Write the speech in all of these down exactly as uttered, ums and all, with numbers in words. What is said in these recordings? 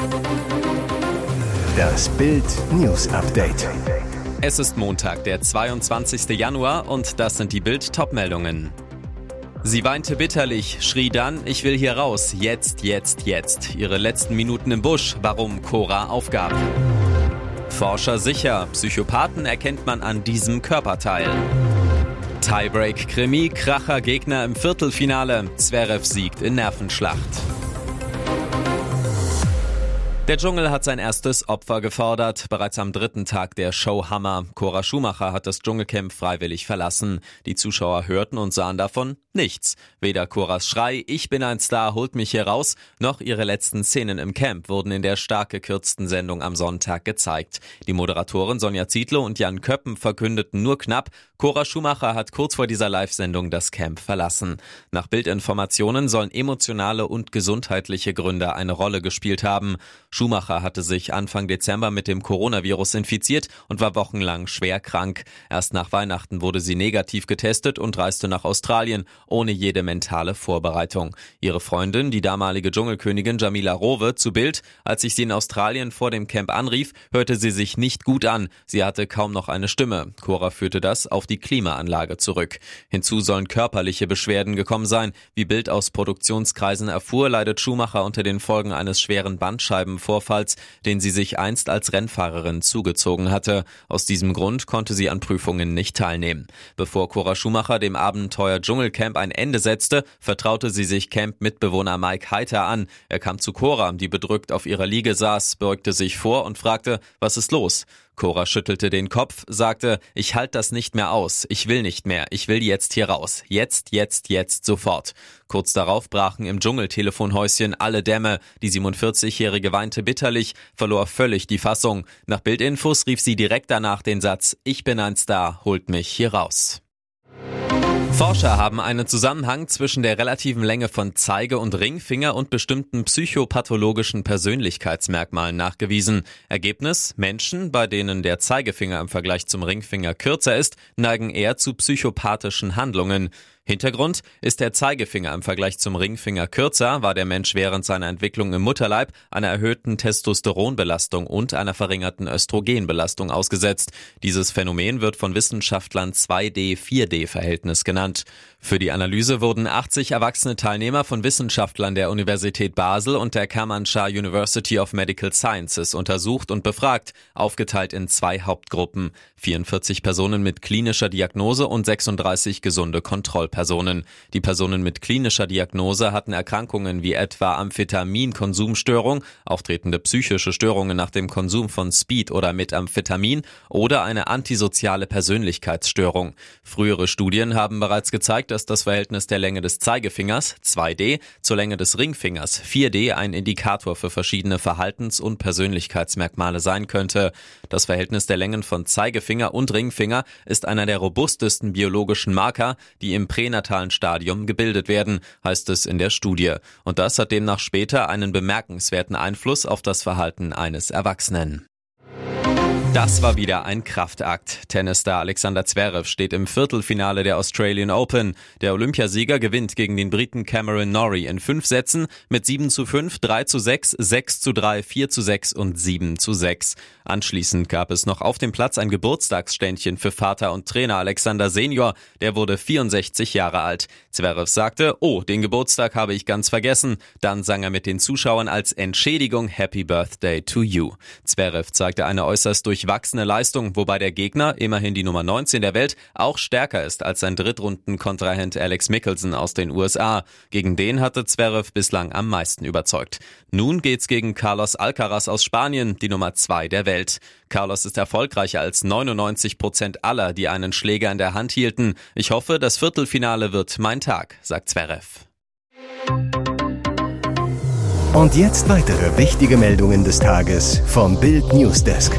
Das Bild News Update. Es ist Montag, der zweiundzwanzigsten Januar und das sind die Bild-Top-Meldungen. Sie weinte bitterlich, schrie dann, ich will hier raus, jetzt, jetzt, jetzt. Ihre letzten Minuten im Busch, warum Cora aufgab. Forscher sicher, Psychopathen erkennt man an diesem Körperteil. Tiebreak-Krimi, Kracher Gegner im Viertelfinale, Zverev siegt in Nervenschlacht. Der Dschungel hat sein erstes Opfer gefordert. Bereits am dritten Tag der Show Hammer. Cora Schumacher hat das Dschungelcamp freiwillig verlassen. Die Zuschauer hörten und sahen davon nichts. Weder Coras Schrei, ich bin ein Star, holt mich hier raus, noch ihre letzten Szenen im Camp wurden in der stark gekürzten Sendung am Sonntag gezeigt. Die Moderatoren Sonja Zietlow und Jan Köppen verkündeten nur knapp, Cora Schumacher hat kurz vor dieser Live-Sendung das Camp verlassen. Nach Bildinformationen sollen emotionale und gesundheitliche Gründe eine Rolle gespielt haben. Schumacher hatte sich Anfang Dezember mit dem Coronavirus infiziert und war wochenlang schwer krank. Erst nach Weihnachten wurde sie negativ getestet und reiste nach Australien, ohne jede mentale Vorbereitung. Ihre Freundin, die damalige Dschungelkönigin Jamila Rowe, zu Bild: Als ich sie in Australien vor dem Camp anrief, hörte sie sich nicht gut an. Sie hatte kaum noch eine Stimme. Cora führte das auf die Klimaanlage zurück. Hinzu sollen körperliche Beschwerden gekommen sein. Wie Bild aus Produktionskreisen erfuhr, leidet Schumacher unter den Folgen eines schweren Bandscheibenvorfalls, den sie sich einst als Rennfahrerin zugezogen hatte. Aus diesem Grund konnte sie an Prüfungen nicht teilnehmen. Bevor Cora Schumacher dem Abenteuer Dschungelcamp ein Ende setzte, vertraute sie sich Camp-Mitbewohner Mike Heiter an. Er kam zu Cora, die bedrückt auf ihrer Liege saß, beugte sich vor und fragte, was ist los? Cora schüttelte den Kopf, sagte, ich halte das nicht mehr aus, ich will nicht mehr, ich will jetzt hier raus, jetzt, jetzt, jetzt, sofort. Kurz darauf brachen im Dschungeltelefonhäuschen alle Dämme, die siebenundvierzigjährige weinte bitterlich, verlor völlig die Fassung. Nach Bildinfos rief sie direkt danach den Satz, ich bin ein Star, holt mich hier raus. Forscher haben einen Zusammenhang zwischen der relativen Länge von Zeige- und Ringfinger und bestimmten psychopathologischen Persönlichkeitsmerkmalen nachgewiesen. Ergebnis: Menschen, bei denen der Zeigefinger im Vergleich zum Ringfinger kürzer ist, neigen eher zu psychopathischen Handlungen. Hintergrund: Ist der Zeigefinger im Vergleich zum Ringfinger kürzer, war der Mensch während seiner Entwicklung im Mutterleib einer erhöhten Testosteronbelastung und einer verringerten Östrogenbelastung ausgesetzt. Dieses Phänomen wird von Wissenschaftlern zwei D vier D Verhältnis genannt. Für die Analyse wurden achtzig erwachsene Teilnehmer von Wissenschaftlern der Universität Basel und der Kermanshah University of Medical Sciences untersucht und befragt, aufgeteilt in zwei Hauptgruppen: vierundvierzig Personen mit klinischer Diagnose und sechsunddreißig gesunde Kontrollpersonen. Personen. Die Personen mit klinischer Diagnose hatten Erkrankungen wie etwa Amphetamin-Konsumstörung, auftretende psychische Störungen nach dem Konsum von Speed oder Methamphetamin oder eine antisoziale Persönlichkeitsstörung. Frühere Studien haben bereits gezeigt, dass das Verhältnis der Länge des Zeigefingers zwei D zur Länge des Ringfingers vier D ein Indikator für verschiedene Verhaltens- und Persönlichkeitsmerkmale sein könnte. Das Verhältnis der Längen von Zeigefinger und Ringfinger ist einer der robustesten biologischen Marker, die im pränatalen Stadium gebildet werden, heißt es in der Studie. Und das hat demnach später einen bemerkenswerten Einfluss auf das Verhalten eines Erwachsenen. Das war wieder ein Kraftakt. Tennisstar Alexander Zverev steht im Viertelfinale der Australian Open. Der Olympiasieger gewinnt gegen den Briten Cameron Norrie in fünf Sätzen mit sieben zu fünf, drei zu sechs, sechs zu drei, vier zu sechs und sieben zu sechs. Anschließend gab es noch auf dem Platz ein Geburtstagsständchen für Vater und Trainer Alexander Senior. Der wurde vierundsechzig Jahre alt. Zverev sagte, oh, den Geburtstag habe ich ganz vergessen. Dann sang er mit den Zuschauern als Entschädigung Happy Birthday to you. Zverev zeigte eine äußerst durchwachsene Leistung, wobei der Gegner, immerhin die Nummer neunzehn der Welt, auch stärker ist als sein Drittrunden-Kontrahent Alex Mickelson aus den U S A. Gegen den hatte Zverev bislang am meisten überzeugt. Nun geht's gegen Carlos Alcaraz aus Spanien, die Nummer zwei der Welt. Carlos ist erfolgreicher als neunundneunzig Prozent aller, die einen Schläger in der Hand hielten. Ich hoffe, das Viertelfinale wird mein Tag, sagt Zverev. Und jetzt weitere wichtige Meldungen des Tages vom Bild Newsdesk.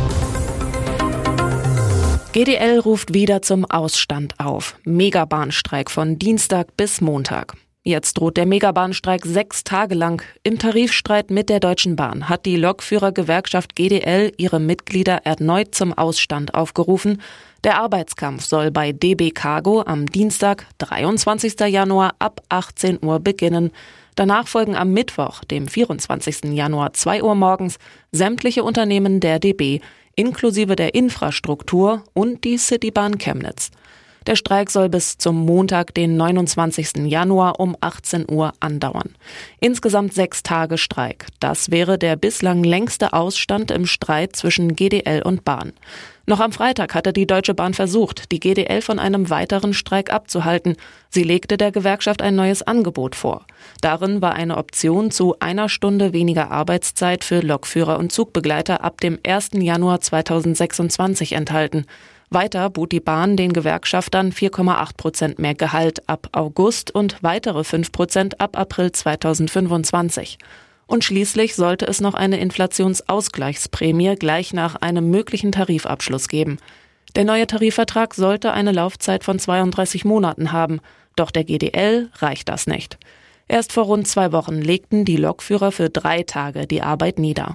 G D L ruft wieder zum Ausstand auf. Megabahnstreik von Dienstag bis Montag. Jetzt droht der Megabahnstreik sechs Tage lang. Im Tarifstreit mit der Deutschen Bahn hat die Lokführergewerkschaft G D L ihre Mitglieder erneut zum Ausstand aufgerufen. Der Arbeitskampf soll bei D B Cargo am Dienstag, dreiundzwanzigsten Januar ab achtzehn Uhr beginnen. Danach folgen am Mittwoch, dem vierundzwanzigsten Januar, zwei Uhr morgens, sämtliche Unternehmen der D B, inklusive der Infrastruktur und die Citybahn Chemnitz. Der Streik soll bis zum Montag, den neunundzwanzigsten Januar um achtzehn Uhr andauern. Insgesamt sechs Tage Streik. Das wäre der bislang längste Ausstand im Streit zwischen G D L und Bahn. Noch am Freitag hatte die Deutsche Bahn versucht, die G D L von einem weiteren Streik abzuhalten. Sie legte der Gewerkschaft ein neues Angebot vor. Darin war eine Option zu einer Stunde weniger Arbeitszeit für Lokführer und Zugbegleiter ab dem ersten Januar zweitausendsechsundzwanzig enthalten. Weiter bot die Bahn den Gewerkschaftern vier Komma acht Prozent mehr Gehalt ab August und weitere fünf Prozent ab April zweitausendfünfundzwanzig. Und schließlich sollte es noch eine Inflationsausgleichsprämie gleich nach einem möglichen Tarifabschluss geben. Der neue Tarifvertrag sollte eine Laufzeit von zweiunddreißig Monaten haben, doch der G D L reicht das nicht. Erst vor rund zwei Wochen legten die Lokführer für drei Tage die Arbeit nieder.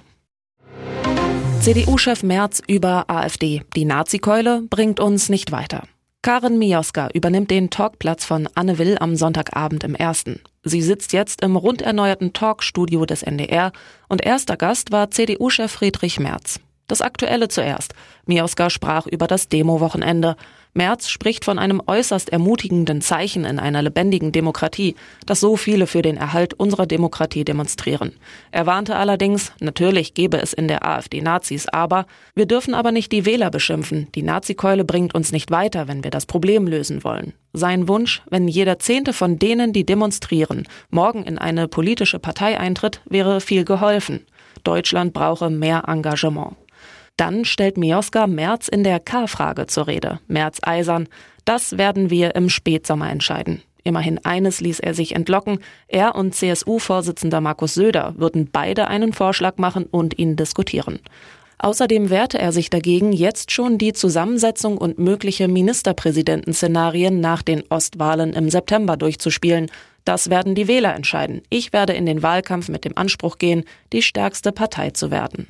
C D U-Chef Merz über AfD. Die Nazikeule bringt uns nicht weiter. Karin Mioska übernimmt den Talkplatz von Anne Will am Sonntagabend im Ersten. Sie sitzt jetzt im rund erneuerten Talkstudio des N D R und erster Gast war C D U-Chef Friedrich Merz. Das Aktuelle zuerst. Mioska sprach über das Demo-Wochenende. Merz spricht von einem äußerst ermutigenden Zeichen in einer lebendigen Demokratie, dass so viele für den Erhalt unserer Demokratie demonstrieren. Er warnte allerdings, natürlich gebe es in der AfD Nazis, aber wir dürfen aber nicht die Wähler beschimpfen. Die Nazikeule bringt uns nicht weiter, wenn wir das Problem lösen wollen. Sein Wunsch, wenn jeder Zehnte von denen, die demonstrieren, morgen in eine politische Partei eintritt, wäre viel geholfen. Deutschland brauche mehr Engagement. Dann stellt Mioska Merz in der K-Frage zur Rede. Merz eisern, das werden wir im Spätsommer entscheiden. Immerhin eines ließ er sich entlocken, er und C S U-Vorsitzender Markus Söder würden beide einen Vorschlag machen und ihn diskutieren. Außerdem wehrte er sich dagegen, jetzt schon die Zusammensetzung und mögliche Ministerpräsidentenszenarien nach den Ostwahlen im September durchzuspielen. Das werden die Wähler entscheiden. Ich werde in den Wahlkampf mit dem Anspruch gehen, die stärkste Partei zu werden.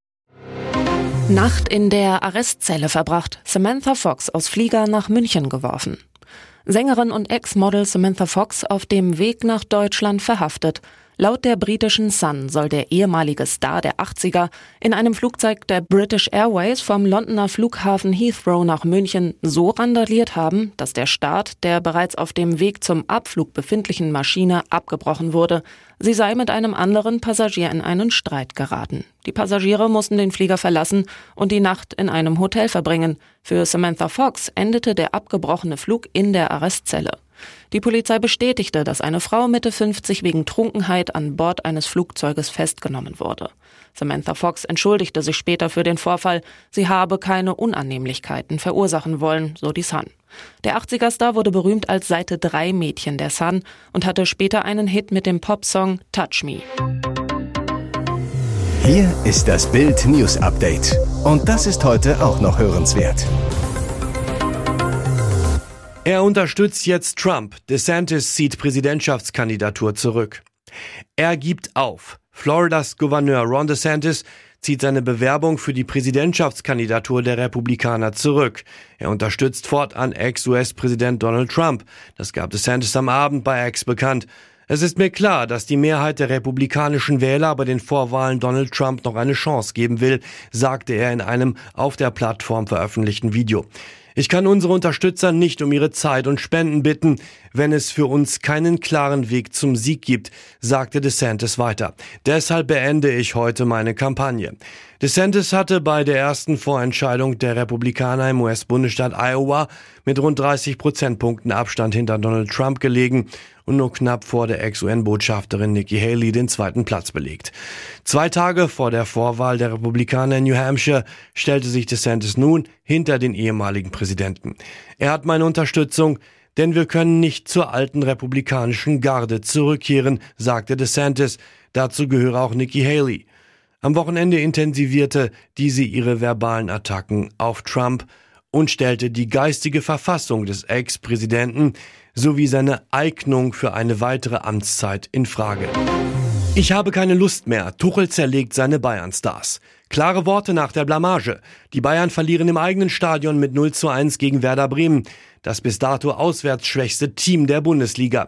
Nacht in der Arrestzelle verbracht, Samantha Fox aus Flieger nach München geworfen. Sängerin und Ex-Model Samantha Fox auf dem Weg nach Deutschland verhaftet. Laut der britischen Sun soll der ehemalige Star der achtziger in einem Flugzeug der British Airways vom Londoner Flughafen Heathrow nach München so randaliert haben, dass der Start der bereits auf dem Weg zum Abflug befindlichen Maschine abgebrochen wurde. Sie sei mit einem anderen Passagier in einen Streit geraten. Die Passagiere mussten den Flieger verlassen und die Nacht in einem Hotel verbringen. Für Samantha Fox endete der abgebrochene Flug in der Arrestzelle. Die Polizei bestätigte, dass eine Frau Mitte fünfzig wegen Trunkenheit an Bord eines Flugzeuges festgenommen wurde. Samantha Fox entschuldigte sich später für den Vorfall. Sie habe keine Unannehmlichkeiten verursachen wollen, so die Sun. Der achtziger-Star wurde berühmt als Seite drei Mädchen der Sun und hatte später einen Hit mit dem Popsong Touch Me. Hier ist das Bild News Update. Und das ist heute auch noch hörenswert. Er unterstützt jetzt Trump. DeSantis zieht Präsidentschaftskandidatur zurück. Er gibt auf. Floridas Gouverneur Ron DeSantis zieht seine Bewerbung für die Präsidentschaftskandidatur der Republikaner zurück. Er unterstützt fortan Ex-U S-Präsident Donald Trump. Das gab DeSantis am Abend bei X bekannt. Es ist mir klar, dass die Mehrheit der republikanischen Wähler bei den Vorwahlen Donald Trump noch eine Chance geben will, sagte er in einem auf der Plattform veröffentlichten Video. Ich kann unsere Unterstützer nicht um ihre Zeit und Spenden bitten, wenn es für uns keinen klaren Weg zum Sieg gibt, sagte DeSantis weiter. Deshalb beende ich heute meine Kampagne. DeSantis hatte bei der ersten Vorentscheidung der Republikaner im U S-Bundesstaat Iowa mit rund dreißig Prozentpunkten Abstand hinter Donald Trump gelegen und nur knapp vor der Ex-U N-Botschafterin Nikki Haley den zweiten Platz belegt. Zwei Tage vor der Vorwahl der Republikaner in New Hampshire stellte sich DeSantis nun hinter den ehemaligen Präsidenten. Er hat meine Unterstützung, denn wir können nicht zur alten republikanischen Garde zurückkehren, sagte DeSantis. Dazu gehöre auch Nikki Haley. Am Wochenende intensivierte diese ihre verbalen Attacken auf Trump und stellte die geistige Verfassung des Ex-Präsidenten sowie seine Eignung für eine weitere Amtszeit in Frage. Ich habe keine Lust mehr. Tuchel zerlegt seine Bayern-Stars. Klare Worte nach der Blamage. Die Bayern verlieren im eigenen Stadion mit null zu eins gegen Werder Bremen, das bis dato auswärts schwächste Team der Bundesliga.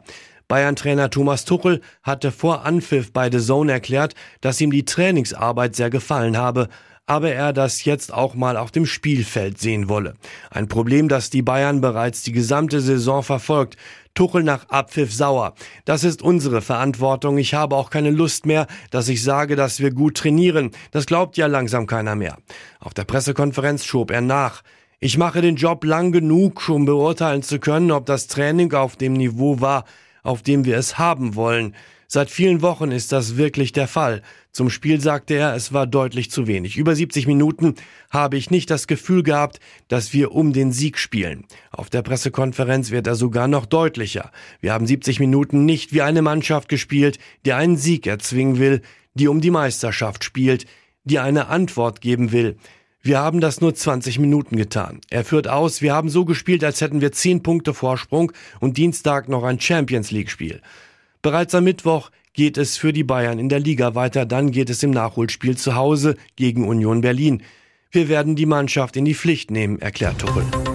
Bayern-Trainer Thomas Tuchel hatte vor Anpfiff bei The Zone erklärt, dass ihm die Trainingsarbeit sehr gefallen habe, aber er das jetzt auch mal auf dem Spielfeld sehen wolle. Ein Problem, das die Bayern bereits die gesamte Saison verfolgt. Tuchel nach Abpfiff sauer. Das ist unsere Verantwortung. Ich habe auch keine Lust mehr, dass ich sage, dass wir gut trainieren. Das glaubt ja langsam keiner mehr. Auf der Pressekonferenz schob er nach. Ich mache den Job lang genug, um beurteilen zu können, ob das Training auf dem Niveau war, auf dem wir es haben wollen. Seit vielen Wochen ist das wirklich der Fall. Zum Spiel sagte er, es war deutlich zu wenig. Über siebzig Minuten habe ich nicht das Gefühl gehabt, dass wir um den Sieg spielen. Auf der Pressekonferenz wird er sogar noch deutlicher. Wir haben siebzig Minuten nicht wie eine Mannschaft gespielt, die einen Sieg erzwingen will, die um die Meisterschaft spielt, die eine Antwort geben will. Wir haben das nur zwanzig Minuten getan. Er führt aus, wir haben so gespielt, als hätten wir zehn Punkte Vorsprung und Dienstag noch ein Champions-League-Spiel. Bereits am Mittwoch geht es für die Bayern in der Liga weiter, dann geht es im Nachholspiel zu Hause gegen Union Berlin. Wir werden die Mannschaft in die Pflicht nehmen, erklärt Tuchel.